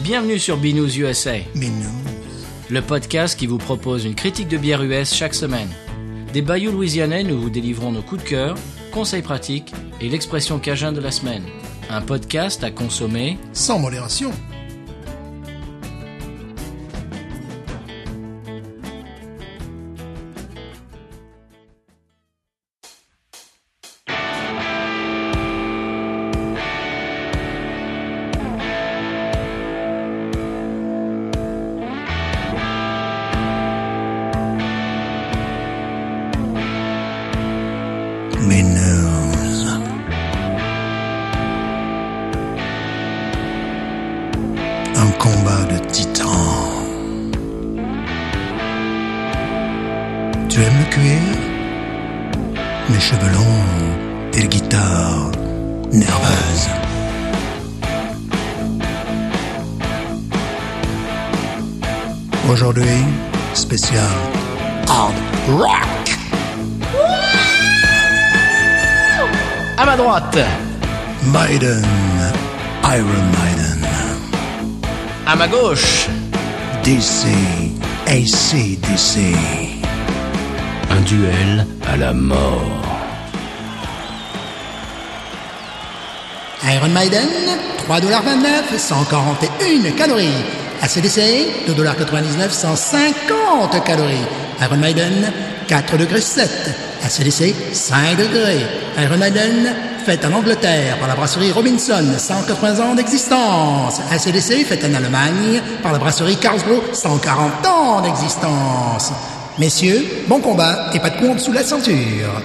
Bienvenue sur Binous USA, Binous. le podcast qui vous propose une critique de bière US chaque semaine. Des bayous louisianais, nous vous délivrons nos coups de cœur, conseils pratiques et l'expression cajun de la semaine. Un podcast à consommer Sans modération. Binous. Un combat de titans. Tu aimes le cuir? Mes cheveux longs et les guitares nerveuses. Aujourd'hui, spécial hard rock. à ma droite, Maiden, Iron Maiden, à ma gauche, DC, AC/DC. un duel à la mort. Iron Maiden, $3,29, 141 calories. AC/DC, $2,99, 150 calories. Iron Maiden, 4,7 degrés. AC/DC, 5 degrés. Iron Maiden, faite en Angleterre par la brasserie Robinson, 180 ans d'existence. AC/DC, faite en Allemagne par la brasserie Karlsruhe, 140 ans d'existence. Messieurs, bon combat et pas de coups sous la ceinture.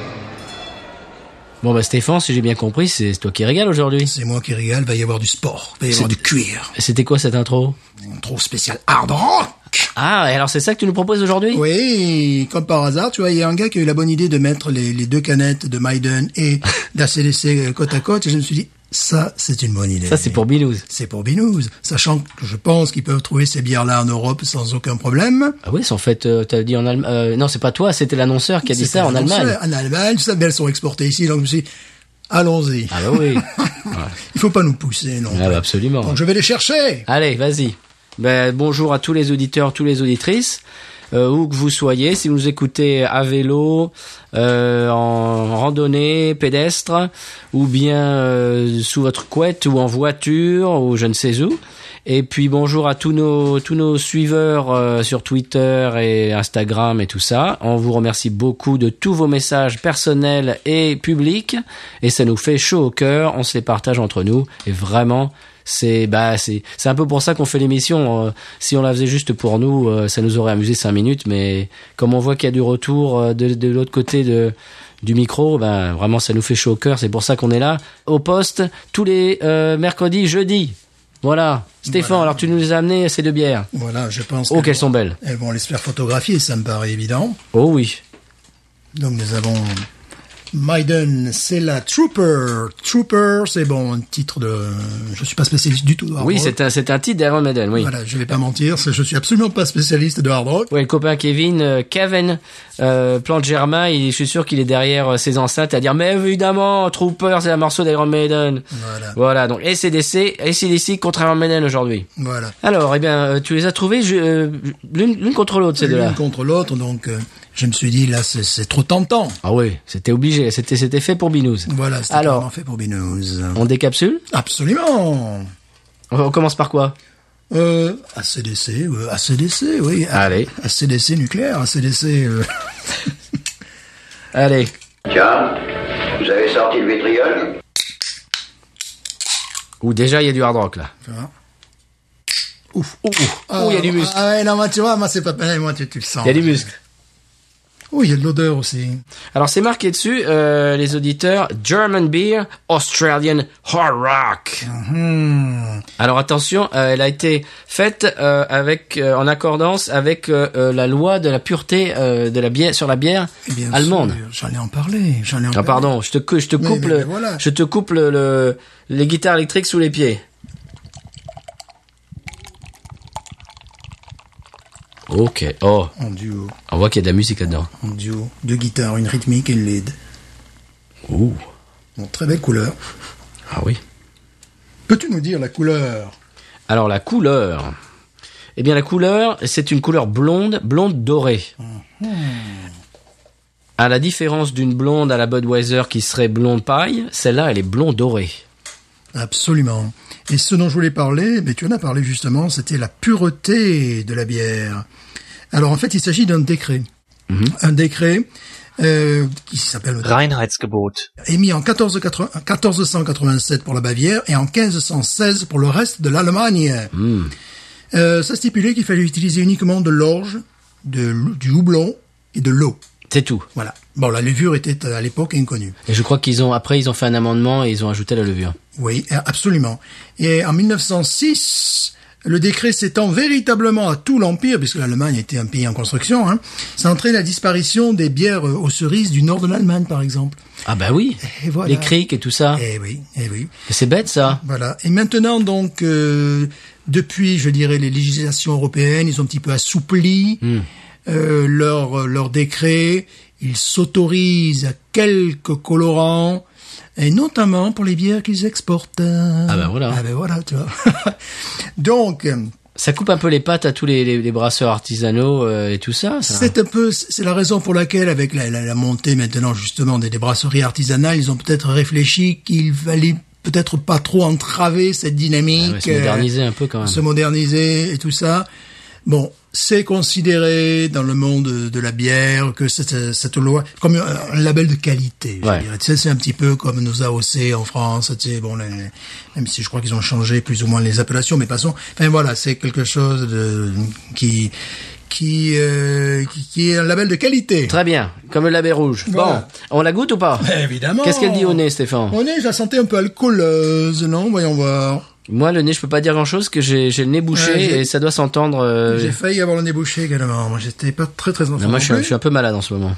Bon bah Stéphane, si j'ai bien compris, c'est toi qui régale aujourd'hui. C'est moi qui régale, va y avoir du sport, va y avoir du cuir. C'était quoi cette intro? Trop spécial hard rock. Ah, et alors c'est ça que tu nous proposes aujourd'hui? Oui, comme par hasard, tu vois, il y a un gars qui a eu la bonne idée de mettre les deux canettes de Maiden et d'ACDC côte à côte, et je me suis dit, ça, c'est une bonne idée. Ça c'est pour Binous. C'est pour Binous, sachant que je pense qu'ils peuvent trouver ces bières-là en Europe sans aucun problème. Ah oui, c'est en fait, t'as dit en Allemagne. Non, c'est pas toi, c'était l'annonceur qui a dit ça en Allemagne. En Allemagne, ça, mais elles sont exportées ici, donc je me suis dit, allons-y. Ah bah oui. Ouais. Il faut pas nous pousser, non. Ah bah absolument. Donc je vais les chercher. Allez, vas-y. Ben, bonjour à tous les auditeurs, toutes les auditrices, où que vous soyez, si vous nous écoutez à vélo, en randonnée pédestre, ou bien sous votre couette, ou en voiture, ou je ne sais où. Et puis bonjour à tous nos suiveurs sur Twitter et Instagram et tout ça. On vous remercie beaucoup de tous vos messages personnels et publics, et ça nous fait chaud au cœur. On se les partage entre nous, et vraiment. C'est un peu pour ça qu'on fait l'émission. Si on la faisait juste pour nous, ça nous aurait amusé 5 minutes, mais comme on voit qu'il y a du retour de l'autre côté du micro, ben vraiment ça nous fait chaud au cœur. C'est pour ça qu'on est là au poste tous les mercredis, jeudis. Voilà. Stéphane, Voilà. alors tu nous as amené ces deux bières. Voilà, je pense Oh, qu'elles sont belles. Elles vont aller se faire photographier, ça me paraît évident. Oh oui. Donc nous avons Maiden, c'est la Trooper. Trooper, c'est bon, un titre de... Je suis pas spécialiste du tout de hard Oui, rock. c'est un titre d'Iron Maiden, oui. Voilà, je vais pas mentir, je suis absolument pas spécialiste de hard rock. Ouais, le copain Kevin, Plante Germain, je suis sûr qu'il est derrière ses enceintes à dire, mais évidemment, Trooper, c'est un morceau d'Iron Maiden. Voilà, donc AC/DC contre Iron Maiden aujourd'hui. Voilà. Alors, eh bien, tu les as trouvés l'une contre l'autre, ces deux-là. L'une contre l'autre, donc je me suis dit, là, c'est trop tentant. Ah oui, c'était obligé, c'était fait pour Binous. Voilà, c'était Alors, vraiment fait pour Binous. on décapsule? Absolument. On commence par quoi? ACDC, oui. Allez. ACDC nucléaire, ACDC... Allez. Tiens, vous avez sorti le vitriol? Ou déjà, il y a du hard rock, là. Ouf. Il y a du muscle. Ah ouais, non, moi, tu vois, moi, c'est pas pareil, moi, tu le sens. Il y a du muscle. Oh, il y a de l'odeur aussi. Alors c'est marqué dessus, les auditeurs, German Beer, Australian Hard Rock. Alors attention, elle a été faite en accordance avec la loi de la pureté de la bière sur la bière Et bien allemande. sûr, j'allais en parler. Ah pardon, je te coupe voilà. je te coupe les guitares électriques sous les pieds. Ok. Oh, En duo. on voit qu'il y a de la musique là-dedans. En duo. Deux guitares, une rythmique et une lead. Ouh. Bon, très belle couleur. Ah oui. Peux-tu nous dire la couleur? Alors la couleur. Eh bien la couleur, c'est une couleur blonde dorée. À la différence d'une blonde à la Budweiser qui serait blonde paille, celle-là elle est blonde dorée. Absolument. Et ce dont je voulais parler, mais tu en as parlé justement, c'était la pureté de la bière. Alors en fait, il s'agit d'un décret. Un décret qui s'appelle Reinheitsgebot. émis en 1487 pour la Bavière et en 1516 pour le reste de l'Allemagne. Ça stipulait qu'il fallait utiliser uniquement de l'orge, du houblon et de l'eau. C'est tout. Voilà. Bon, la levure était à l'époque inconnue. Et je crois ils ont fait un amendement et ils ont ajouté la levure. Oui, absolument. Et en 1906, le décret s'étend véritablement à tout l'Empire, puisque l'Allemagne était un pays en construction, ça entraîne la disparition des bières aux cerises du nord de l'Allemagne, par exemple. Ah bah oui, Et voilà. les criques et tout ça. Eh oui. C'est bête ça. Voilà. Et maintenant, donc, depuis, je dirais, les législations européennes, ils ont un petit peu assoupli leur décret. Ils s'autorisent quelques colorants, et notamment pour les bières qu'ils exportent. Ah ben voilà, tu vois. Donc, ça coupe un peu les pattes à tous les brasseurs artisanaux et tout ça. c'est la raison pour laquelle, avec la montée maintenant justement des brasseries artisanales, ils ont peut-être réfléchi qu'il fallait peut-être pas trop entraver cette dynamique. Se moderniser un peu quand même. Se moderniser et tout ça. Bon, c'est considéré dans le monde de la bière que cette loi comme un label de qualité. Je dirais. Tu sais, c'est un petit peu comme nos AOC en France. Tu sais, bon, même si je crois qu'ils ont changé plus ou moins les appellations, mais passons. Enfin voilà, c'est quelque chose qui est un label de qualité. Très bien, comme le label rouge. Voilà. Bon, on la goûte ou pas? Évidemment. Qu'est-ce qu'elle dit au nez, Stéphane? Au nez, je la sentais un peu alcooleuse, non? Voyons voir. Moi, le nez, je peux pas dire grand-chose, que j'ai le nez bouché et ça doit s'entendre. J'ai failli avoir le nez bouché également. Moi, j'étais pas très en forme. Moi, je suis un peu malade en ce moment.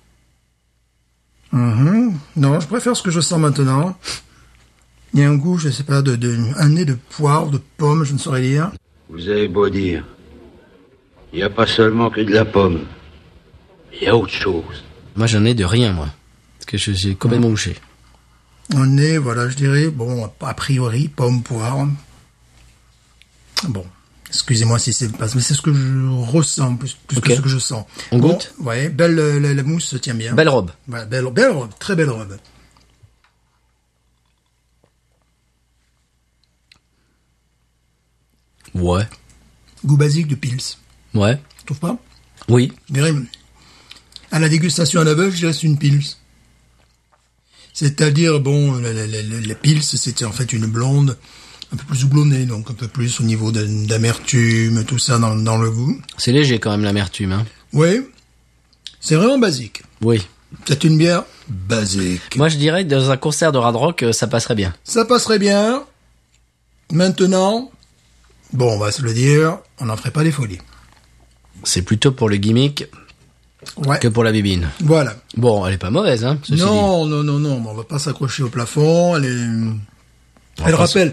Non, je préfère ce que je sens maintenant. Il y a un goût, je sais pas, un nez de poire, de pomme, je ne saurais dire. Vous avez beau dire, il n'y a pas seulement que de la pomme. Il y a autre chose. Moi, j'en ai de rien, moi. Parce que j'ai complètement bouché. Un nez, voilà, je dirais, bon, a priori, pomme, poire. Bon, excusez-moi si c'est pas, mais c'est ce que je ressens, plus que ce que je sens. On goûte? Ouais, belle, la mousse se tient bien. Belle robe. Voilà, belle robe, très belle robe. Ouais. Goût basique de Pils. Ouais. Tu trouves pas? Oui. Je dirais, à la dégustation à l'aveugle, je dirais c'est une Pils. C'est-à-dire, bon, la Pils, c'était en fait une blonde un peu plus houblonnée, donc un peu plus au niveau d'amertume, tout ça dans le goût. C'est léger quand même l'amertume, hein. Oui, c'est vraiment basique. Oui. C'est une bière basique. Moi, je dirais que dans un concert de hard rock, ça passerait bien. Ça passerait bien. Maintenant, bon, on va se le dire, on n'en ferait pas des folies. C'est plutôt pour le gimmick que pour la bibine. Voilà. Bon, elle est pas mauvaise, hein. Non, on va pas s'accrocher au plafond. Elle rappelle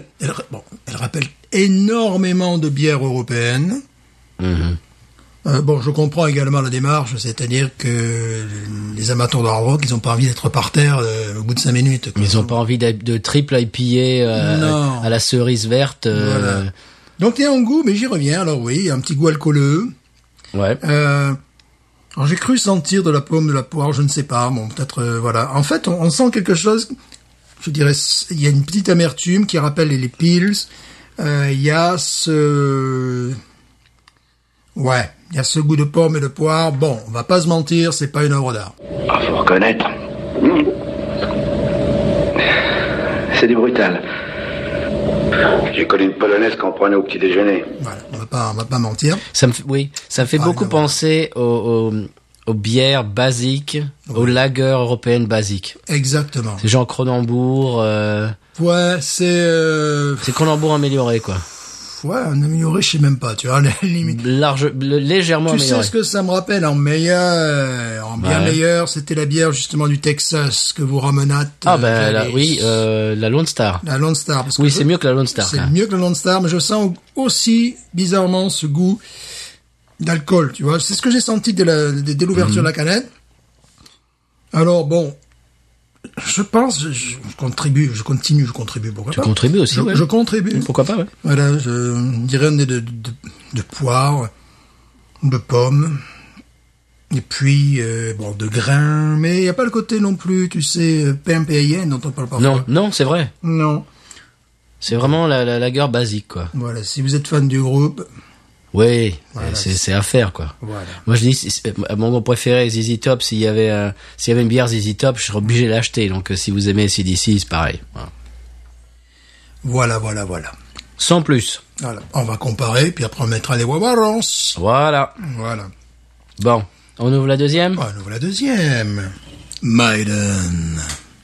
énormément de bières européennes. Bon, je comprends également la démarche, c'est-à-dire que les amateurs de hard rock, ils ont pas envie d'être par terre au bout de 5 minutes. Quoi. Ils ont pas envie de triple IPA à la cerise verte. Voilà. Donc il y a un goût, mais j'y reviens. Alors oui, il y a un petit goût alcooleux. Ouais. Alors j'ai cru sentir de la pomme, de la poire, je ne sais pas. Bon, peut-être voilà. En fait, on sent quelque chose. Je dirais, il y a une petite amertume qui rappelle les Pils. Il y a ce goût de pomme et de poire. Bon, on va pas se mentir, c'est pas une œuvre d'art. Ah, faut reconnaître. C'est du brutal. J'ai connu une polonaise qu'on prenait au petit déjeuner. Voilà, on va pas mentir. Ça me fait beaucoup penser aux bières basiques, aux lagers européennes basiques. Exactement. C'est genre Kronenbourg. Ouais, c'est Kronenbourg amélioré, quoi. Ouais, un amélioré, je sais même pas, tu vois, limite. Légèrement amélioré. Tu sais ce que ça me rappelle en bien meilleur, c'était la bière justement du Texas que vous ramenâtes. Ah ben la Lone Star. La Lone Star. Parce oui, c'est mieux que la Lone Star. C'est mieux que la Lone Star, mais je sens aussi bizarrement ce goût d'alcool, tu vois. C'est ce que j'ai senti dès l'ouverture de la canette. Alors bon, Je pense, je continue, pourquoi Tu pas. contribues aussi, ouais. Je contribue. Pourquoi pas, ouais. Voilà, je dirais un nez de poire, de pommes, et puis, de grains, mais il n'y a pas le côté non plus, tu sais, PMPIN dont on parle parfois. Non, c'est vrai. Non. C'est vraiment la lager basique, quoi. Voilà, si vous êtes fan du groupe, Oui, voilà, c'est à faire, quoi. voilà. Moi, je dis, mon groupe préféré, ZZ Top, s'il y avait une bière ZZ Top, je serais obligé de l'acheter. Donc, si vous aimez CDC, c'est pareil. Voilà. Sans plus. Voilà. On va comparer, puis après on mettra les Wawarons. Voilà. Voilà. Bon. On ouvre la deuxième? On ouvre la deuxième. Maiden.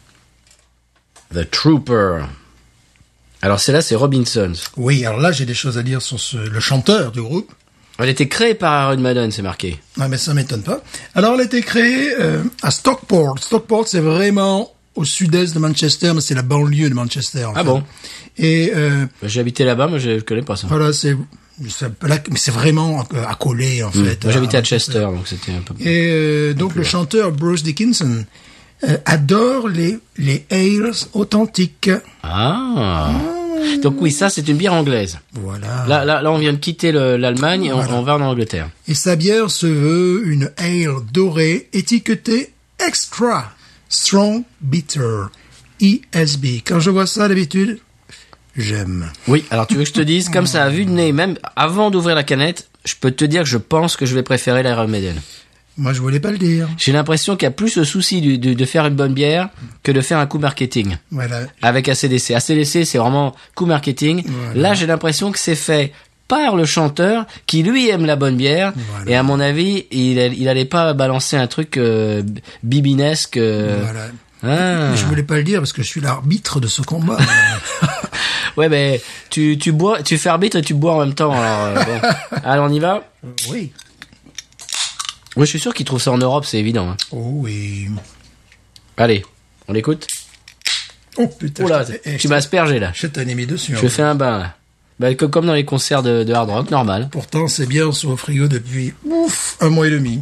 The Trooper. Alors, celle-là, c'est Robinsons. Oui, alors là, j'ai des choses à dire sur le chanteur du groupe. Elle était créée par Iron Maiden, c'est marqué. Ah, mais ça m'étonne pas. Alors, elle a été créée à Stockport. Stockport, c'est vraiment au sud-est de Manchester, mais c'est la banlieue de Manchester. En fait. Bon? Et J'ai habité là-bas, mais je connais pas ça. voilà, c'est mais c'est vraiment accolé, en fait. Moi, j'habitais à Chester, donc c'était un peu... Et donc, le chanteur Bruce Dickinson adore les ales authentiques. Ah. Donc oui, ça, c'est une bière anglaise. Voilà. Là, on vient de quitter l'Allemagne et on va en Angleterre. Et sa bière se veut une ale dorée étiquetée Extra Strong Bitter, ESB. Quand je vois ça, d'habitude, j'aime. Oui, alors tu veux que je te dise, comme ça, à vue de nez, même avant d'ouvrir la canette, je peux te dire que je pense que je vais préférer l'Iron Maiden. Moi, je voulais pas le dire. J'ai l'impression qu'il y a plus le souci de faire une bonne bière que de faire un coup marketing. Voilà. Avec ACDC. ACDC, c'est vraiment coup marketing. Voilà. Là, j'ai l'impression que c'est fait par le chanteur qui lui aime la bonne bière. Voilà. Et à mon avis, il allait pas balancer un truc bibinesque. Voilà. Ah. Je voulais pas le dire parce que je suis l'arbitre de ce combat. Ouais, mais tu fais arbitre et tu bois en même temps. Alors, bon. Allez, on y va. Oui. Oui, je suis sûr qu'ils trouvent ça en Europe, c'est évident. Hein. Oh oui. Allez, on l'écoute. Oh putain. Oh là, tu m'as aspergé là. Je t'en ai mis dessus. Je fais un bain là. Bah, comme dans les concerts de hard rock, normal. Pourtant, c'est bien sur au frigo depuis 1 mois et demi.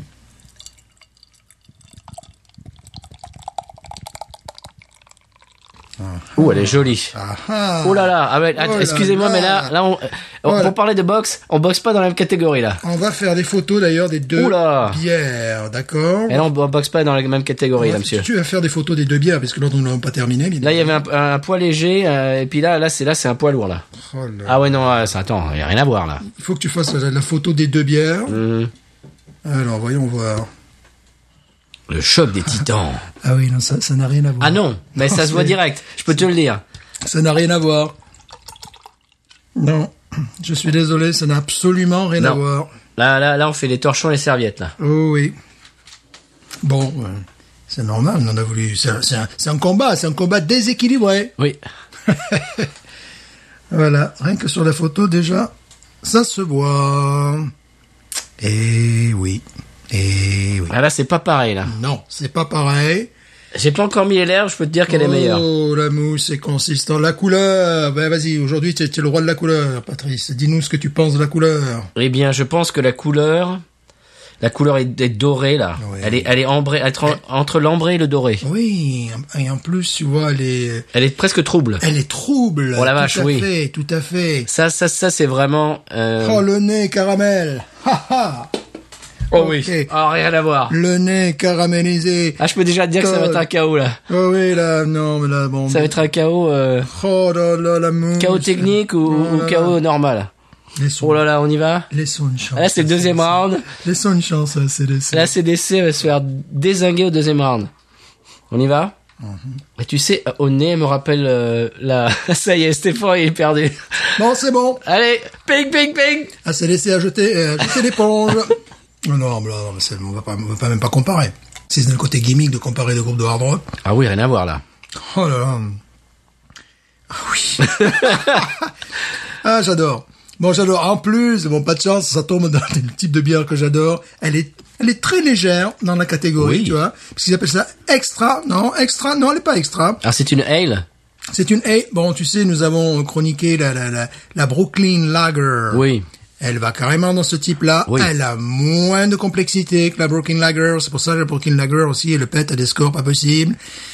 Ouh, elle est jolie. Ah ah. Oh là là, ah ouais, Oh là excusez-moi, là. mais là Voilà. pour parler de boxe, on boxe pas dans la même catégorie là. On va faire des photos d'ailleurs des deux Oula. bières, d'accord? Et là, on boxe pas dans la même catégorie là, monsieur. Tu vas faire des photos des deux bières parce que l'autre nous n'avons pas terminé. Bien Là, il y avait un poids léger, et puis là, c'est un poids lourd là. Oh là. Ah ouais, non, attends, il y a rien à voir là. Il faut que tu fasses la photo des deux bières. Alors, voyons voir. Le choc des titans. Ah oui, non, ça n'a rien à voir. Ah non, mais ça se voit direct. Je peux te le dire. Ça n'a rien à voir. Non, je suis désolé, ça n'a absolument rien à Non. voir. Là, on fait les torchons et les serviettes là. Oh oui. Bon, c'est normal, on en a voulu. C'est un combat déséquilibré. Oui. Voilà, rien que sur la photo déjà, ça se voit. Et oui. Ah là, c'est pas pareil là. Non, c'est pas pareil. J'ai pas encore mis les lèvres, je peux te dire qu'elle est meilleure. Oh, la mousse est consistante. La couleur, ben vas-y, aujourd'hui tu es le roi de la couleur, Patrice. Dis-nous ce que tu penses de la couleur. Eh bien, je pense que la couleur est dorée là. Ouais. Elle est ambrée, entre l'ambré et le doré. Oui, et en plus, tu vois, Elle est presque trouble. elle est trouble. Oh la vache, tout à oui. fait, tout à fait. Ça, c'est vraiment. Oh, le nez caramel. Ha ha. Oh ok. oui. Oh, rien à voir. Le nez caramélisé. Ah, je peux déjà te dire que ça va être un KO là. Oh oui, là, non, mais là, bon. Ça va être un KO. Oh là là, la mousse. KO technique ou KO normal. Laissons, Oh là là, on y va. laissons une chance. Là, c'est le deuxième round. Laissons une chance à CDC. La CDC va se faire dézinguer au deuxième round. On y va? Et tu sais, au nez, elle me rappelle ça y est, Stéphane, il est perdu. Bon, c'est bon. Allez, ping, ping, ping. À CDC à jeter l'éponge. Non, on va pas même pas comparer. Si c'est le côté gimmick de comparer deux groupes de hard rock. Ah oui, rien à voir là. Oh là là. Ah oui. Ah, j'adore. Bon, j'adore. En plus, bon, pas de chance, ça tombe dans le type de bière que j'adore. Elle est très légère dans la catégorie, Oui. tu vois. Parce qu'ils appellent ça extra. Non, elle est pas extra. Alors, c'est une ale? C'est une ale. Bon, tu sais, nous avons chroniqué la Brooklyn Lager. Oui. Elle va carrément dans ce type-là. Oui. Elle a moins de complexité que la Brooklyn Lager. C'est pour ça que la Brooklyn Lager aussi, elle pète à des scores pas possibles.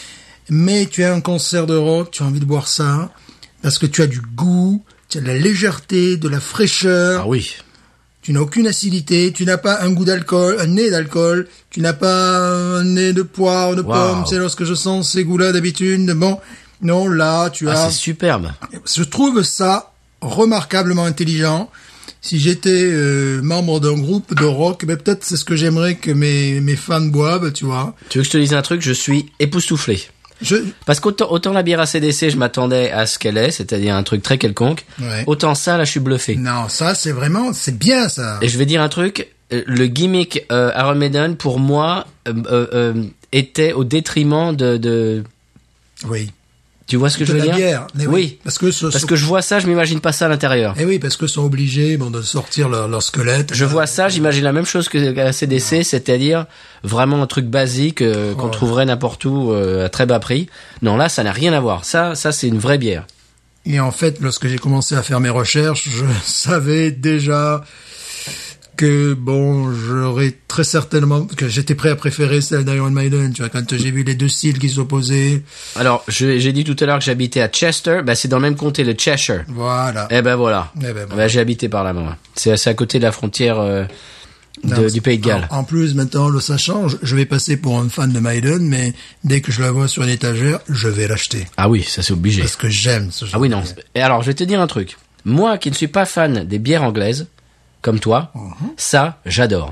mais tu as un concert de rock, tu as envie de boire ça, parce que tu as du goût, tu as de la légèreté, de la fraîcheur. Ah oui. Tu n'as aucune acidité, tu n'as pas un goût d'alcool, un nez d'alcool, tu n'as pas un nez de poire, de pomme, c'est lorsque je sens ces goûts-là d'habitude, bon, non, là, tu as... Ah, c'est superbe. Je trouve ça remarquablement intelligent. Si j'étais membre d'un groupe de rock, ben peut-être c'est ce que j'aimerais que mes fans boivent, tu vois. Tu veux que je te dise un truc? Je suis époustouflé. Parce qu'autant la bière ACDC, je m'attendais à ce qu'elle est, c'est-à-dire un truc très quelconque. Ouais. Autant ça, là, je suis bluffé. Non, ça, c'est bien, ça. Et je vais dire un truc, le gimmick Iron Maiden, pour moi, était au détriment de... Oui. Tu vois ce que je veux dire? Bière. Mais oui. Parce que je vois ça, je m'imagine pas ça à l'intérieur. Et oui, parce que sont obligés, de sortir leur squelette. Je vois ça, j'imagine la même chose que la CDC, c'est-à-dire vraiment un truc basique qu'on trouverait n'importe où à très bas prix. Non, là, ça n'a rien à voir. Ça, c'est une vraie bière. Et en fait, lorsque j'ai commencé à faire mes recherches, je savais déjà que j'aurais très certainement, que j'étais prêt à préférer celle d'Iron Maiden, tu vois, quand j'ai vu les deux styles qui s'opposaient. Alors, j'ai dit tout à l'heure que j'habitais à Chester, c'est dans le même comté, le Cheshire. Voilà. Voilà. J'ai habité par là, moi. C'est à côté de la frontière, du Pays de Galles. En plus, maintenant, ça change. Je vais passer pour un fan de Maiden, mais dès que je la vois sur une étagère, je vais l'acheter. Ah oui, ça c'est obligé. Parce que j'aime ce genre. Ah oui, non. Et alors, je vais te dire un truc. Moi, qui ne suis pas fan des bières anglaises, comme toi, ça, j'adore.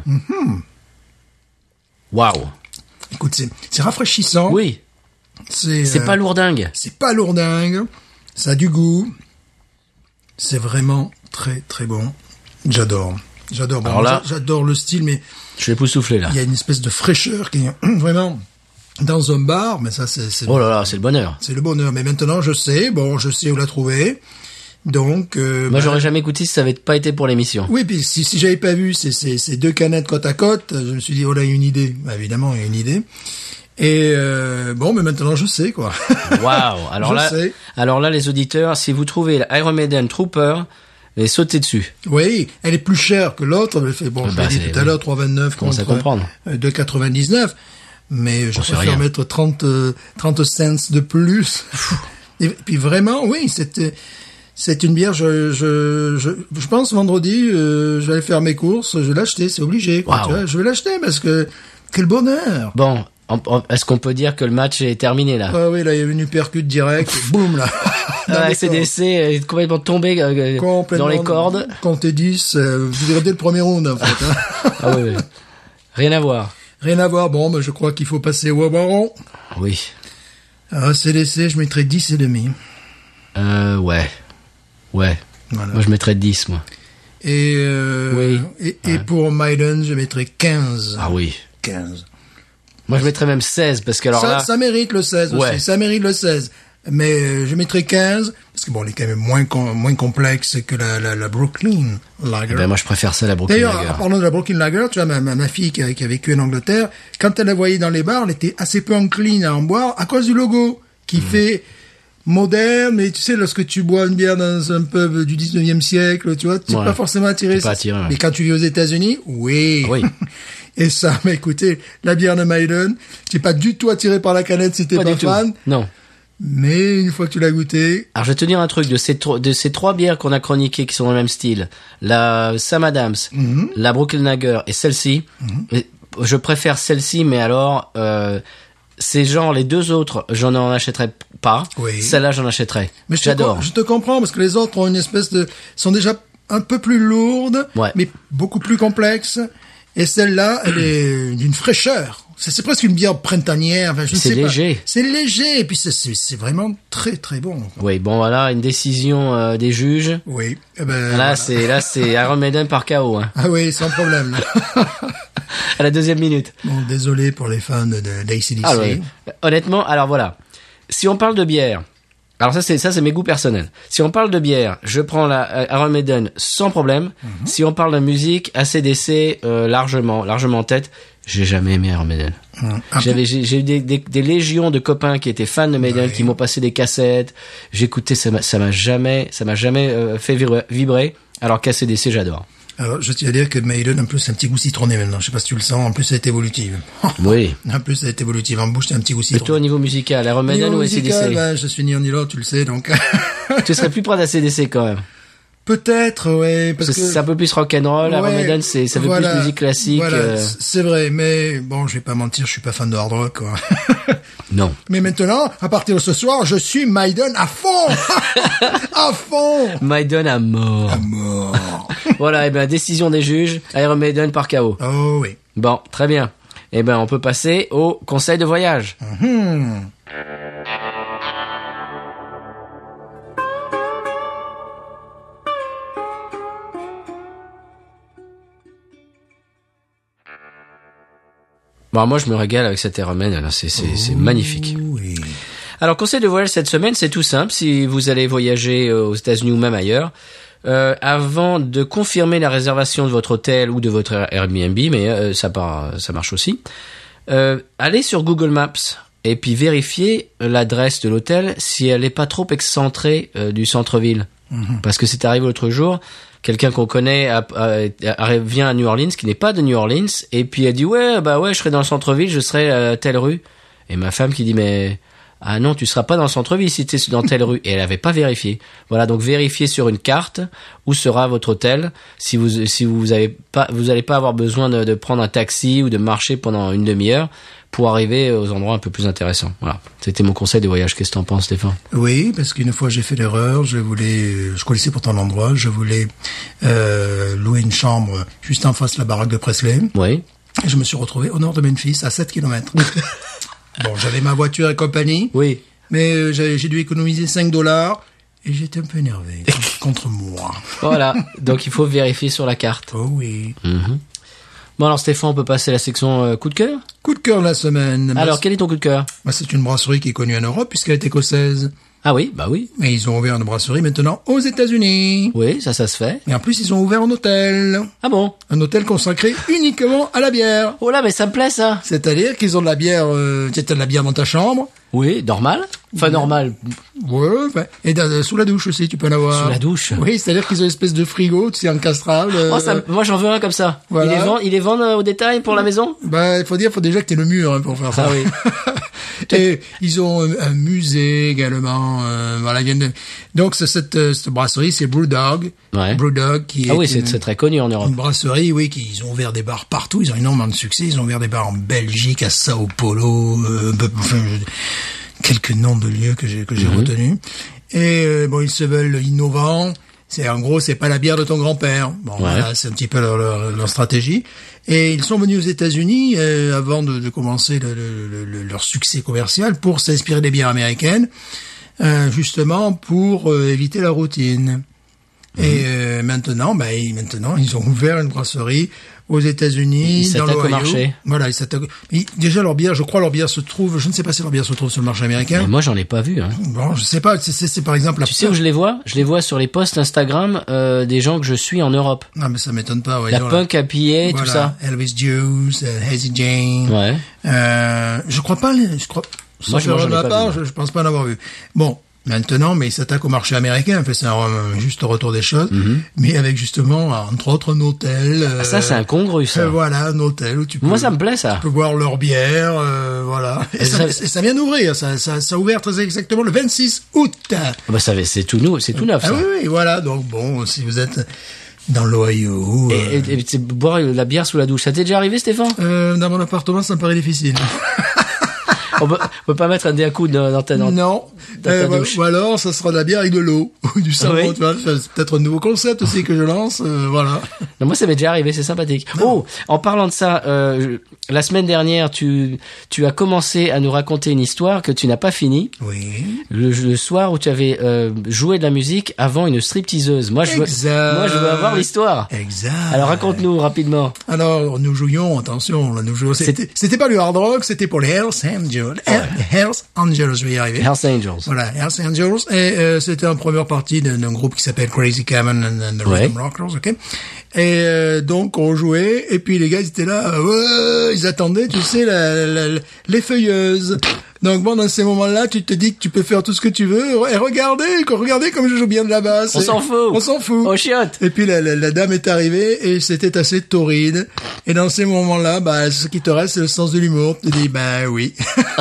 Waouh. Écoute, c'est rafraîchissant. Oui. C'est pas lourdingue. C'est pas lourdingue. Ça a du goût. C'est vraiment très, très bon. J'adore. Bon, alors là, j'adore le style, mais... Je vais époustoufler, là. Il y a une espèce de fraîcheur qui est vraiment... Dans un bar, mais ça, c'est... Oh là là, c'est le bonheur. C'est le bonheur. Mais maintenant, je sais où la trouver. Donc, moi, j'aurais jamais goûté si ça avait pas été pour l'émission. Oui, puis si j'avais pas vu ces deux canettes côte à côte, je me suis dit, oh là, il y a une idée. Évidemment, il y a une idée. Et mais maintenant, je sais, quoi. Waouh. Alors là, les auditeurs, si vous trouvez la Iron Maiden Trooper, et sautez dessus. Oui, elle est plus chère que l'autre. Je l'ai dit tout à l'heure, 3,29 contre 2,99. Mais je préfère mettre 30 cents de plus. Et puis vraiment, oui, c'est une bière, je pense vendredi, je vais aller faire mes courses, je vais l'acheter, c'est obligé, quoi, wow. Tu vois, je vais l'acheter parce que, quel bonheur! Bon, est-ce qu'on peut dire que le match est terminé, là? Ah oui, là, il y a une uppercut direct, boum, là. La CDC est complètement tombé dans les cordes. Comptez 10, vous regardez le premier round, en fait, hein. Ah oui. Rien à voir. Bon, je crois qu'il faut passer au baron. Oui. Alors, CDC, je mettrais 10 et demi. Ouais. Voilà. Moi, je mettrais 10, moi. Et pour Maiden, je mettrais 15. Ah oui. 15. Moi, je mettrais même 16, parce que alors ça mérite le 16 aussi. Ça mérite le 16. Mais je mettrais 15, parce que elle est quand même moins complexe que la Brooklyn Lager. Moi, je préfère ça, la Brooklyn Lager. D'ailleurs, en parlant de la Brooklyn Lager, tu vois, ma fille qui a vécu en Angleterre, quand elle la voyait dans les bars, elle était assez peu encline à en boire à cause du logo, qui fait moderne, mais tu sais, lorsque tu bois une bière dans un pub du 19e siècle, tu vois, tu n'es pas forcément attiré. Mais quand tu vis aux États-Unis, oui. Et ça, mais écoutez, la bière de Maiden, tu n'es pas du tout attiré par la canette si t'es pas fan. Non. Mais une fois que tu l'as goûté... Alors, je vais te dire un truc, de ces trois bières qu'on a chroniquées qui sont dans le même style, la Sam Adams, la Brooklyn Lager et celle-ci, je préfère celle-ci, mais alors... ces genres, les deux autres, j'en achèterais pas. Oui. Celle-là, j'en achèterais. Mais j'adore. Je te comprends, parce que les autres ont une sont déjà un peu plus lourdes, mais beaucoup plus complexes. Et celle-là, elle est d'une fraîcheur. C'est presque une bière printanière. Enfin, c'est léger. C'est léger, et puis c'est vraiment très très bon. Oui, bon voilà, une décision des juges. Oui. Là, c'est Iron Maiden par KO. Hein. Ah oui, sans problème. À la deuxième minute. Bon, désolé pour les fans d'ACDC. Ah oui. Honnêtement, alors voilà. Si on parle de bière, alors ça c'est mes goûts personnels. Si on parle de bière, je prends la Iron Maiden sans problème. Si on parle de musique, AC/DC largement en tête. J'ai jamais aimé Iron Maiden. J'ai eu des légions de copains qui étaient fans de Maiden, qui m'ont passé des cassettes. J'écoutais, ça m'a jamais fait vibrer. Alors qu'AC/DC, j'adore. Alors, je tiens à dire que Maiden, en plus, c'est un petit goût citronné maintenant. Je sais pas si tu le sens. En plus, ça est évolutive. Oui. En plus, ça est évolutive. En bouche, c'est un petit goût Et citronné. toi, au niveau musical, Iron Maiden Niveau ou musical, AC/DC? ben, je suis ni un ni l'autre, tu le sais, donc. Tu serais plus près d'AC/DC quand même. Peut-être, ouais, parce que C'est un peu plus rock'n'roll. Iron ouais, Maiden, ça fait voilà, plus musique classique. Voilà, c'est vrai, mais bon, je vais pas mentir, je suis pas fan de hard rock, quoi. Non. Mais maintenant, à partir de ce soir, je suis Maiden à fond! À fond! Maiden à mort. À mort. Voilà, et ben décision des juges, Iron Maiden par KO. Oh oui. Bon, très bien. Eh ben on peut passer au conseil de voyage. Bon, moi je me régale avec cet Iron Maiden, c'est magnifique. Oui. Alors, conseil de voyage cette semaine, c'est tout simple. Si vous allez voyager aux États-Unis ou même ailleurs, avant de confirmer la réservation de votre hôtel ou de votre Airbnb, mais ça marche aussi, allez sur Google Maps et puis vérifiez l'adresse de l'hôtel si elle n'est pas trop excentrée du centre-ville. Parce que c'est arrivé l'autre jour, quelqu'un qu'on connaît vient à New Orleans, qui n'est pas de New Orleans, et puis elle dit ouais, je serai dans le centre-ville, je serai à telle rue. Et ma femme qui dit mais ah non, tu seras pas dans le centre-ville si tu es dans telle rue. Et elle avait pas vérifié. Voilà, donc vérifiez sur une carte où sera votre hôtel. Si vous allez pas avoir besoin de prendre un taxi ou de marcher pendant une demi-heure pour arriver aux endroits un peu plus intéressants. Voilà. C'était mon conseil de voyage. Qu'est-ce que t'en penses, Stéphane? Oui, parce qu'une fois j'ai fait l'erreur, je connaissais pourtant l'endroit, je voulais louer une chambre juste en face de la baraque de Presley. Oui. Et je me suis retrouvé au nord de Memphis, à 7 kilomètres. Bon, j'avais ma voiture et compagnie, Oui. mais j'ai dû économiser $5 et j'étais un peu énervé contre moi. Voilà. Donc il faut vérifier sur la carte. Oh oui. Bon alors Stéphane, on peut passer à la section coup de cœur. Coup de cœur de la semaine. Alors quel est ton coup de cœur? C'est une brasserie qui est connue en Europe puisqu'elle est écossaise. Ah oui, bah oui. Et ils ont ouvert une brasserie maintenant aux États-Unis. Oui, ça se fait. Et en plus, ils ont ouvert un hôtel. Ah bon? Un hôtel consacré uniquement à la bière. Oh là, mais ça me plaît ça. C'est-à-dire qu'ils ont de la bière, tu as de la bière dans ta chambre. Oui, normal. Enfin normal. Ouais, enfin, et sous la douche aussi, tu peux en avoir. Sous la douche. Oui, c'est-à-dire qu'ils ont une espèce de frigo, tu sais, encastrable. Oh, moi j'en veux un comme ça. Voilà. Ils les vendent au détail pour la maison? Bah, il faut déjà que t'aies le mur, hein, pour faire ça. Ah oui. Et ils ont un musée également, voilà. Donc, cette brasserie, c'est Brewdog. Ouais. Brewdog qui est. Ah oui, c'est très connu en Europe. Une brasserie, oui, ils ont ouvert des bars partout. Ils ont énormément de succès. Ils ont ouvert des bars en Belgique, à Sao Paulo, quelques noms de lieux que j'ai retenus. Et bon, ils se veulent innovants. En gros, c'est pas la bière de ton grand-père. Bon, ouais. Voilà, c'est un petit peu leur stratégie. Et ils sont venus aux États-Unis avant de commencer leur succès commercial pour s'inspirer des bières américaines, justement pour éviter la routine. Et maintenant, ils ont ouvert une brasserie aux États-Unis, dans l'Ohio. Au marché. Voilà, ils s'attaquent. Déjà leur bière, je ne sais pas si leur bière se trouve sur le marché américain. Mais moi j'en ai pas vu. Hein. Bon, je sais pas. C'est par exemple. Tu sais où je les vois? Je les vois sur les posts Instagram des gens que je suis en Europe. Ah, mais ça m'étonne pas. Ouais, la punk à piller, voilà, tout ça. Elvis Juice, Hazy Jane. Ouais. Je crois pas. Moi, j'en ai pas vu. Je pense pas en avoir vu. Bon. Maintenant, mais ils s'attaquent au marché américain. En fait, c'est un juste retour des choses. Mais avec justement, entre autres, un hôtel. Ça, c'est incongru, ça. Voilà, un hôtel où tu peux. Moi, ça me plaît, ça. Tu peux boire leur bière, voilà. Et ça vient d'ouvrir. Ça a ouvert très exactement le 26 août. Bah, c'est tout neuf, ça. Ah oui, voilà. Donc bon, si vous êtes dans l'Ohio. Et boire la bière sous la douche. Ça t'est déjà arrivé, Stéphane? Dans mon appartement, ça me paraît difficile. On peut pas mettre un déacoup dans ta douche. Non. Ou alors, ça sera de la bière avec de l'eau. Ou du savon, oui. tu vois. C'est peut-être un nouveau concept aussi que je lance, voilà. Non, moi, ça m'est déjà arrivé, c'est sympathique. Non. Oh, en parlant de ça, la semaine dernière, tu as commencé à nous raconter une histoire que tu n'as pas finie. Oui. Le soir où tu avais joué de la musique avant une stripteaseuse. Moi, je veux avoir l'histoire. Exact. Alors, raconte-nous rapidement. Alors, nous jouions, attention, là, c'était pas du hard rock, c'était pour les Hells Angels. Hells Angels, je vais y arriver. Hells Angels. Voilà, Hells Angels. Et c'était en première partie d'un groupe qui s'appelle Crazy Cameron and the Rhythm Rockers, ok? Et donc, on jouait, et puis les gars, ils étaient là, ils attendaient, tu sais, les feuilleuses. Donc bon, dans ces moments-là, tu te dis que tu peux faire tout ce que tu veux. Et regardez comme je joue bien de la basse. On s'en fout. On s'en fout. Oh, chiotte. Et puis la dame est arrivée et c'était assez torride. Et dans ces moments-là, bah, ce qui te reste, c'est le sens de l'humour. Tu te dis, bah oui.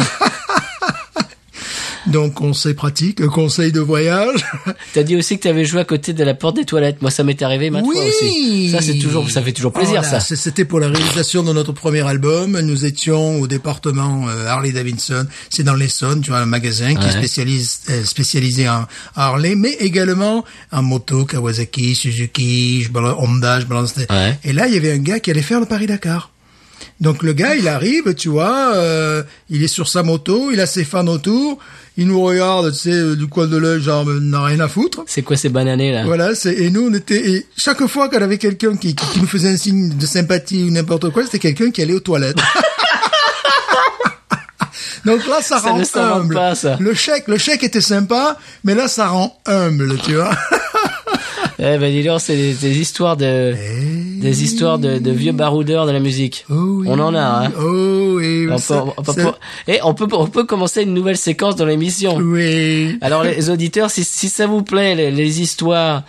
Donc, conseil pratique, conseil de voyage. T'as dit aussi que t'avais joué à côté de la porte des toilettes. Moi, ça m'est arrivé maintes fois aussi. Ça fait toujours plaisir, Voilà, ça. C'était pour la réalisation de notre premier album. Nous étions au département Harley Davidson. C'est dans l'Essonne, tu vois, un magasin qui est spécialisé en Harley, mais également en moto, Kawasaki, Suzuki, Honda, je balance. Ouais. Et là, il y avait un gars qui allait faire le Paris-Dakar. Donc le gars, il arrive, tu vois, il est sur sa moto, il a ses fans autour, il nous regarde, tu sais, du coin de l'œil, genre, n'a rien à foutre. C'est quoi ces bananés, là? Voilà, et nous, on était, et chaque fois qu'on avait quelqu'un qui nous faisait un signe de sympathie ou n'importe quoi, c'était quelqu'un qui allait aux toilettes. Donc là, ça rend humble. Pas, ça. Le chèque était sympa, mais là, ça rend humble, tu vois. Eh ben, dis donc, c'est des histoires de vieux baroudeurs de la musique. Oh oui. On en a, hein. Oh oui. On peut commencer une nouvelle séquence dans l'émission. Oui. Alors, les auditeurs, si ça vous plaît, les histoires,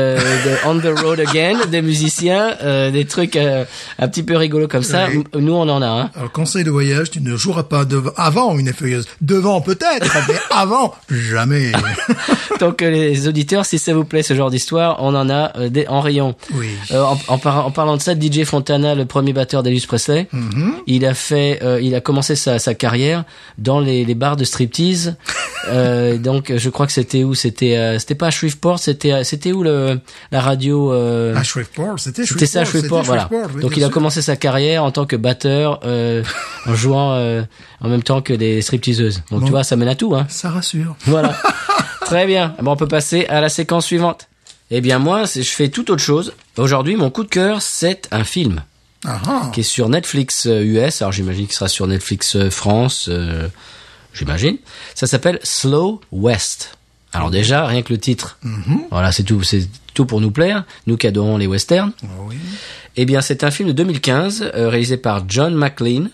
de On the Road Again, des musiciens, des trucs, un petit peu rigolos comme ça, Oui. nous, on en a, hein. Alors, conseil de voyage, tu ne joueras pas avant une effeuilleuse. Devant, peut-être, mais avant, jamais. Donc, les auditeurs, si ça vous plaît, ce genre d'histoire, on en a en rayon. Oui. En parlant de ça, DJ Fontana, le premier batteur d'Elvis Presley, il a commencé sa carrière dans les bars de striptease. Donc, je crois que c'était où? C'était pas à Shreveport, c'était où la radio? À Shreveport, c'était ça, Shreveport, voilà. Oui, donc, il a commencé sa carrière en tant que batteur, en jouant en même temps que des stripteaseuses. Donc, tu vois, ça mène à tout, hein. Ça rassure. Voilà. Très bien. Bon, on peut passer à la séquence suivante. Eh bien, moi, je fais tout autre chose. Aujourd'hui, mon coup de cœur, c'est un film qui est sur Netflix US. Alors, j'imagine qu'il sera sur Netflix France, j'imagine. Ça s'appelle Slow West. Alors déjà, rien que le titre. Voilà, c'est tout pour nous plaire. Nous qui adorons les westerns. Oh oui. Eh bien, c'est un film de 2015, réalisé par John McLean.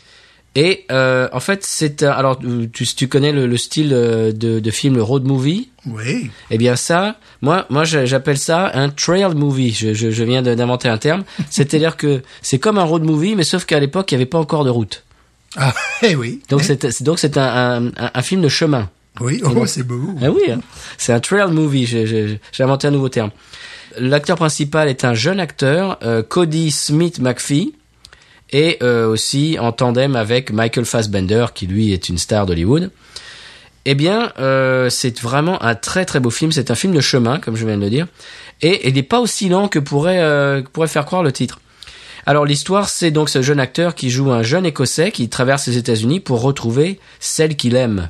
Et en fait, alors tu connais le style de film road movie. Oui. Eh bien ça, moi j'appelle ça un trail movie. Je viens d'inventer un terme. C'est-à-dire que c'est comme un road movie, mais sauf qu'à l'époque il n'y avait pas encore de route. Ah, eh oui. Donc c'est un film de chemin. Oui. Oh, c'est beau. Ah oui, hein. C'est un trail movie. J'ai inventé un nouveau terme. L'acteur principal est un jeune acteur, Cody Smith McPhee. Et aussi en tandem avec Michael Fassbender, qui lui est une star d'Hollywood. Eh bien, c'est vraiment un très très beau film. C'est un film de chemin, comme je viens de le dire. Et il n'est pas aussi lent que pourrait faire croire le titre. Alors l'histoire, c'est donc ce jeune acteur qui joue un jeune Écossais qui traverse les États-Unis pour retrouver celle qu'il aime.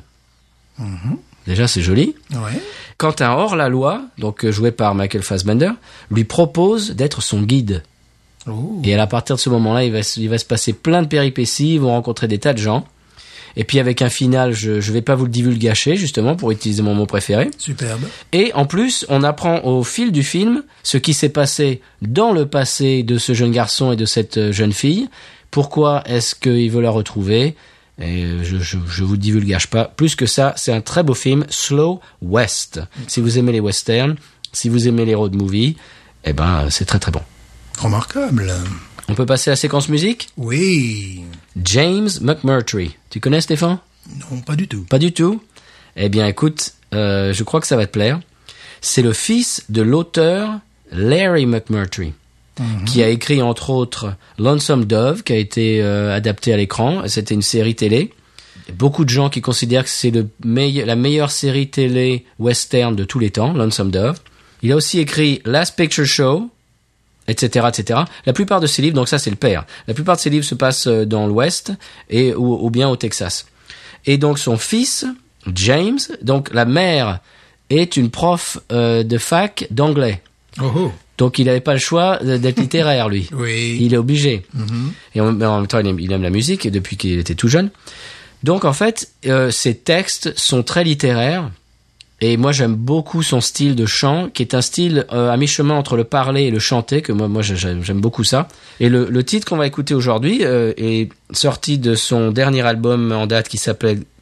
Déjà, c'est joli. Ouais. Quand un hors-la-loi, donc joué par Michael Fassbender, lui propose d'être son guide. Oh. Et à partir de ce moment-là, il va se passer plein de péripéties, ils vont rencontrer des tas de gens. Et puis avec un final, je vais pas vous le divulgacher, justement, pour utiliser mon mot préféré. Superbe. Et en plus, on apprend au fil du film ce qui s'est passé dans le passé de ce jeune garçon et de cette jeune fille. Pourquoi est-ce qu'il veut la retrouver? Et je vous divulgage pas. Plus que ça, c'est un très beau film, Slow West. Si vous aimez les westerns, si vous aimez les road movies, eh ben, c'est très très bon. Remarquable. On peut passer à la séquence musique? Oui. James McMurtry. Tu connais Stéphane? Non, pas du tout. Pas du tout? Eh bien, écoute, je crois que ça va te plaire. C'est le fils de l'auteur Larry McMurtry, qui a écrit entre autres Lonesome Dove, qui a été adapté à l'écran. C'était une série télé. Beaucoup de gens qui considèrent que c'est la meilleure série télé western de tous les temps, Lonesome Dove. Il a aussi écrit Last Picture Show, etc., etc. La plupart de ses livres, donc ça c'est le père, la plupart de ses livres se passent dans l'Ouest ou bien au Texas. Et donc son fils, James, donc la mère est une prof de fac d'anglais. Oh. Donc il n'avait pas le choix d'être littéraire, lui. Oui. Il est obligé. Et en même temps, il aime la musique depuis qu'il était tout jeune. Donc en fait, ses textes sont très littéraires. Et moi, j'aime beaucoup son style de chant, qui est un style à mi-chemin entre le parler et le chanter, que moi j'aime beaucoup ça. Et le titre qu'on va écouter aujourd'hui est sorti de son dernier album en date qui s'appelle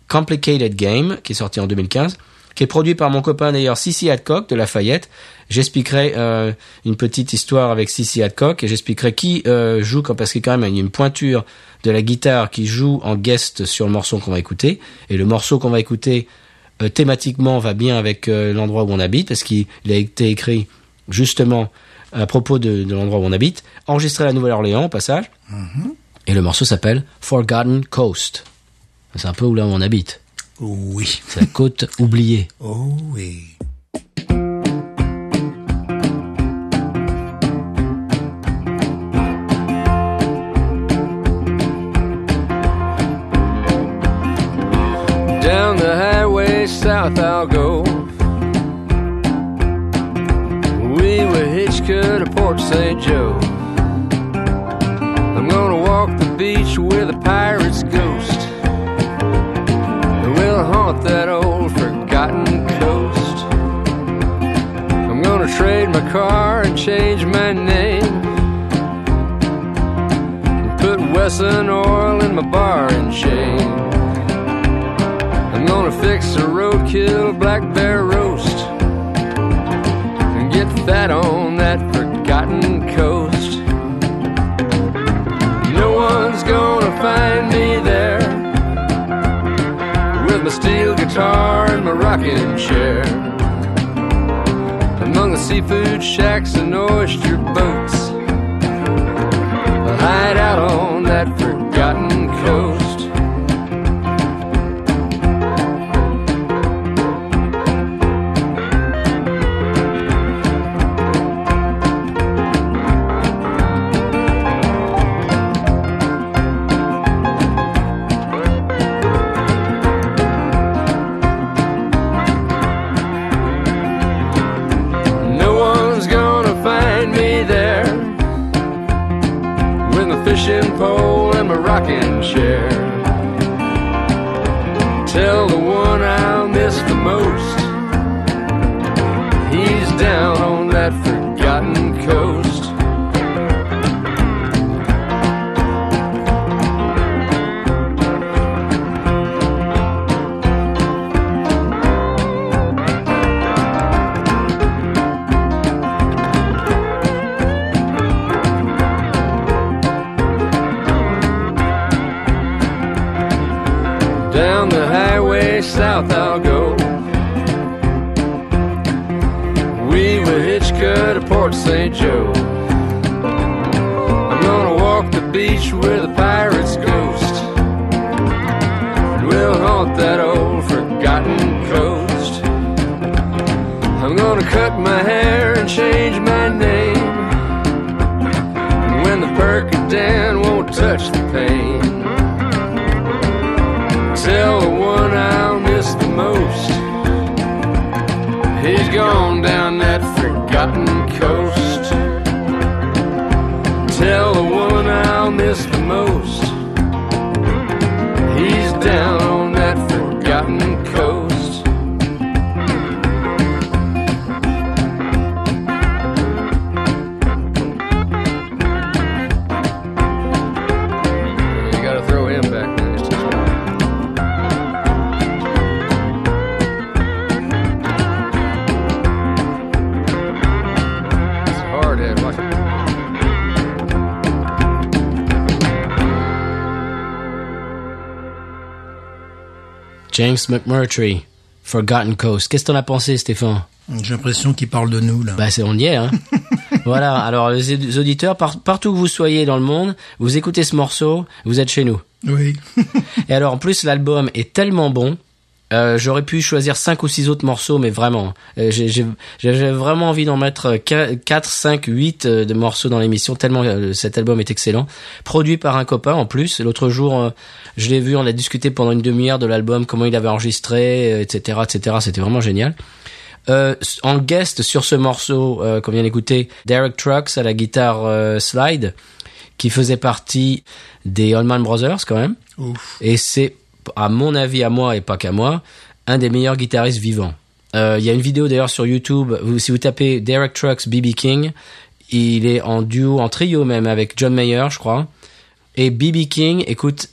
Complicated Game, qui est sorti en 2015, qui est produit par mon copain d'ailleurs Sissy Hadcock de Lafayette. J'expliquerai une petite histoire avec Sissy Hadcock et j'expliquerai qui joue, parce que quand même il y a une pointure de la guitare qui joue en guest sur le morceau qu'on va écouter. Et le morceau qu'on va écouter thématiquement va bien avec l'endroit où on habite, parce qu'il a été écrit justement à propos de l'endroit où on habite, enregistré à la Nouvelle-Orléans au passage. Et le morceau s'appelle Forgotten Coast. C'est un peu où là où on habite. Oui. C'est la côte oubliée. Oh oui. Down the highway south I'll go. We were Hitchcock to Port St. Joe. I'm gonna walk the beach with a pirate's ghost. And we'll haunt that old forgotten coast. I'm gonna trade my car and change my name. And put Wesson oil in my bar and chain. I'm gonna fix a roadkill black bear roast and get fat on that forgotten coast. No one's gonna find me there with my steel guitar and my rocking chair among the seafood shacks and oyster boats. I'll hide out on that forgotten coast. Fishing pole and my rocking chair. Tell the one I'll miss the most, he's down on that forgotten coast. Down the highway south I'll go. We were Hitchcock to Port St. Joe. I'm gonna walk the beach with a pirate's ghost. And we'll haunt that old forgotten coast. I'm gonna cut my hair and change my name. And when the Percodan won't touch the pain, tell the one I'll miss the most, he's gone down that forgotten coast. Tell the one I'll miss the most, he's down on that forgotten coast. You gotta throw him back there. James McMurtry, Forgotten Coast. Qu'est-ce que t'en as pensé, Stéphane? J'ai l'impression qu'il parle de nous, là. Bah, on y est, hein. Voilà. Alors, les auditeurs, partout que vous soyez dans le monde, vous écoutez ce morceau, vous êtes chez nous. Oui. Et alors, en plus, l'album est tellement bon. J'aurais pu choisir 5 ou 6 autres morceaux, mais vraiment, j'avais vraiment envie d'en mettre 4, 5, 8 de morceaux dans l'émission, tellement cet album est excellent. Produit par un copain en plus. L'autre jour, je l'ai vu, on a discuté pendant une demi-heure de l'album, comment il avait enregistré, etc., etc. C'était vraiment génial. En guest sur ce morceau qu'on vient d'écouter, Derek Trucks à la guitare slide, qui faisait partie des Allman Brothers quand même. Ouf. Et c'est, à mon avis, à moi et pas qu'à moi, un des meilleurs guitaristes vivants. Il y a une vidéo d'ailleurs sur YouTube, si vous tapez Derek Trucks B.B. King, il est en duo, en trio même, avec John Mayer, je crois. Et B.B. King, écoute,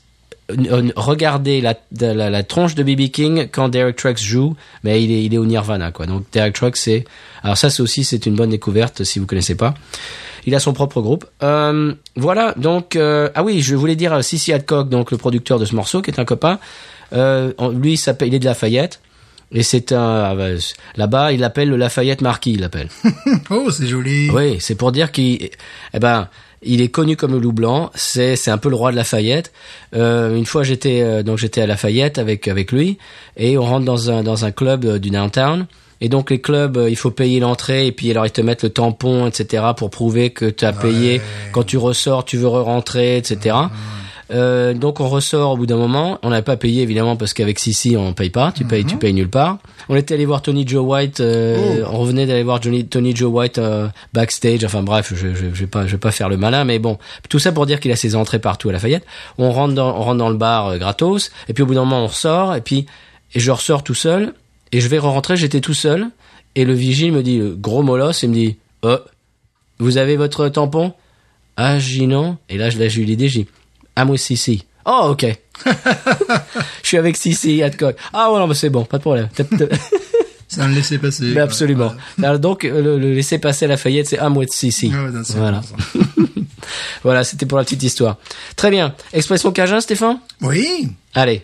regardez la tronche de B.B. King quand Derek Trucks joue, mais il est au Nirvana, quoi. Donc Derek Trucks, alors ça c'est une bonne découverte si vous connaissez pas. Il a son propre groupe. Voilà, donc ah oui, je voulais dire C.C. Hadcock, donc le producteur de ce morceau, qui est un copain. Lui, il est de Lafayette. Et c'est là-bas, il l'appelle le Lafayette Marquis, il l'appelle. Oh, c'est joli. Oui, c'est pour dire il est connu comme le loup blanc. C'est un peu le roi de Lafayette. Une fois, j'étais à Lafayette avec lui, et on rentre dans un club du downtown. Et donc les clubs, il faut payer l'entrée, et puis alors ils te mettent le tampon, etc., pour prouver que tu as payé. Quand tu ressors, tu veux re-rentrer, etc. Donc on ressort au bout d'un moment. On n'avait pas payé évidemment parce qu'avec Sissi on paye pas. Tu payes nulle part. On était allé voir Tony Joe White. On revenait d'aller voir Tony Joe White backstage. Enfin bref, je vais pas faire le malin, mais bon, tout ça pour dire qu'il a ses entrées partout à Lafayette. On rentre dans le bar gratos. Et puis au bout d'un moment on ressort. Et je ressors tout seul. Et je vais rentrer. J'étais tout seul. Et le vigile me dit gros molosse. Il me dit vous avez votre tampon? Ah j'ai non. Et là j'ai eu l'idée. J'ai I'm with CC. Oh, ok. Je suis avec CC Hadcock. Ah, ouais, non, mais c'est bon, pas de problème. C'est un laisser-passer. Mais absolument. Alors, donc, le laisser-passer à Lafayette, c'est I'm with CC. Ah, ouais, voilà. Voilà, c'était pour la petite histoire. Très bien. Expression cajun, Stéphane? Oui. Allez.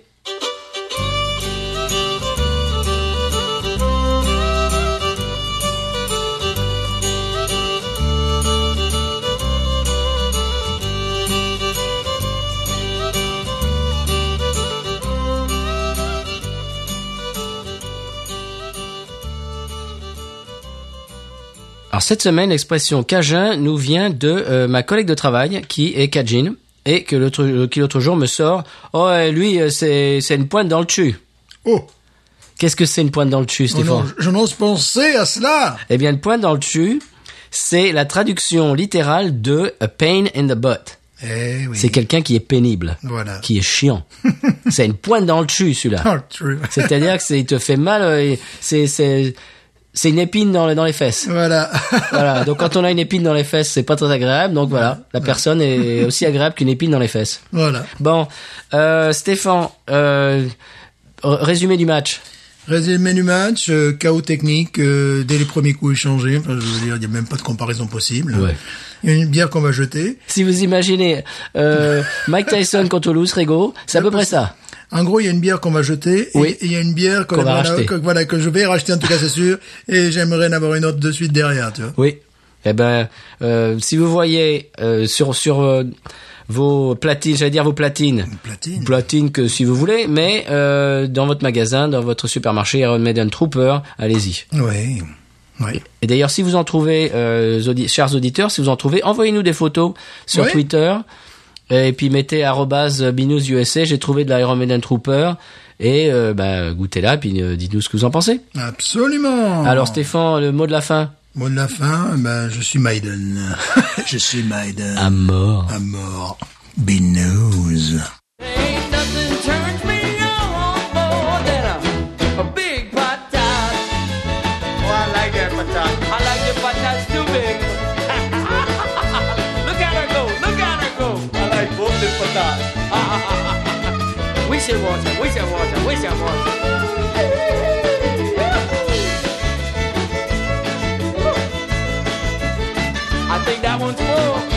Alors cette semaine, l'expression cajun nous vient de ma collègue de travail qui est cajun et qui l'autre jour me sort « Oh, lui, c'est une pointe dans le cul. » Oh. Qu'est-ce que c'est une pointe dans le cul, Stéphane? Oh non, je n'ose penser à cela. Eh bien, une pointe dans le cul, c'est la traduction littérale de « a pain in the butt ». Eh oui. C'est quelqu'un qui est pénible, voilà. Qui est chiant. C'est une pointe dans le cul, celui-là. Oh, true. C'est-à-dire que il te fait mal, c'est une épine dans les fesses. Voilà. Voilà. Donc quand on a une épine dans les fesses, c'est pas très agréable. Donc voilà, la personne est aussi agréable qu'une épine dans les fesses. Voilà. Bon, Stéphane, résumé du match. Résumé du match, chaos technique dès les premiers coups échangés. Enfin, je veux dire, il n'y a même pas de comparaison possible. Ouais. Il y a une bière qu'on va jeter. Si vous imaginez Mike Tyson contre Louis Rego, c'est à peu près ça. En gros, il y a une bière qu'on va jeter, oui. Et il y a une bière qu'on va racheter. Que je vais racheter, en tout cas, c'est sûr, et j'aimerais en avoir une autre de suite derrière, tu vois. Oui. Eh ben, si vous voyez, sur vos platines, j'allais dire vos platines. Platines que si vous voulez, mais, dans votre magasin, dans votre supermarché, Iron Maiden Trooper, allez-y. Oui. Oui. Et d'ailleurs, si vous en trouvez, chers auditeurs, si vous en trouvez, envoyez-nous des photos sur oui. Twitter. Et puis mettez @binoususa, j'ai trouvé de l'Iron Maiden Trooper et goûtez-la puis dites-nous ce que vous en pensez. Absolument. Alors Stéphane, le mot de la fin. Mot de la fin, je suis Maiden. Je suis Maiden. À mort. À mort. Binous. Ain't nothing turns me on more than a big patat. Oh, I like that patat. I like the patats too big. Look at her go, look at her go. I like both the patats. We should watch her, we should watch her, we should watch her. I think that one's full.